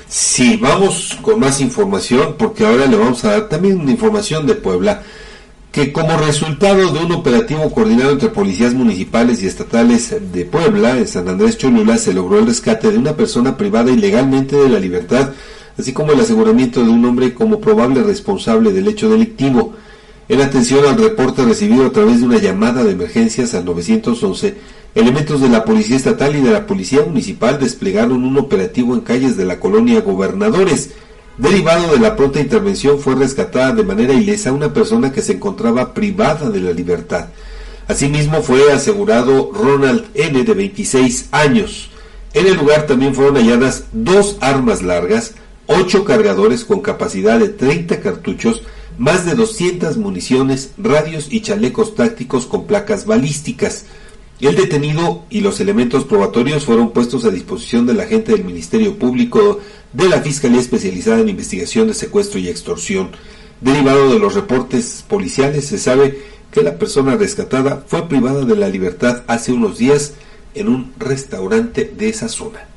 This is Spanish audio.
Sí, vamos con más información porque ahora le vamos a dar también una información de Puebla, que como resultado de un operativo coordinado entre policías municipales y estatales de Puebla, en San Andrés Cholula, se logró el rescate de una persona privada ilegalmente de la libertad, así como el aseguramiento de un hombre como probable responsable del hecho delictivo. En atención al reporte recibido a través de una llamada de emergencias al 911, elementos de la Policía Estatal y de la Policía Municipal desplegaron un operativo en calles de la colonia Gobernadores. Derivado de la pronta intervención, fue rescatada de manera ilesa una persona que se encontraba privada de la libertad. Asimismo, fue asegurado Ronald N., de 26 años. En el lugar también fueron halladas 2 armas largas, 8 cargadores con capacidad de 30 cartuchos, más de 200 municiones, radios y chalecos tácticos con placas balísticas. El detenido y los elementos probatorios fueron puestos a disposición del agente del Ministerio Público de la Fiscalía Especializada en Investigación de Secuestro y Extorsión. Derivado de los reportes policiales, se sabe que la persona rescatada fue privada de la libertad hace unos días en un restaurante de esa zona.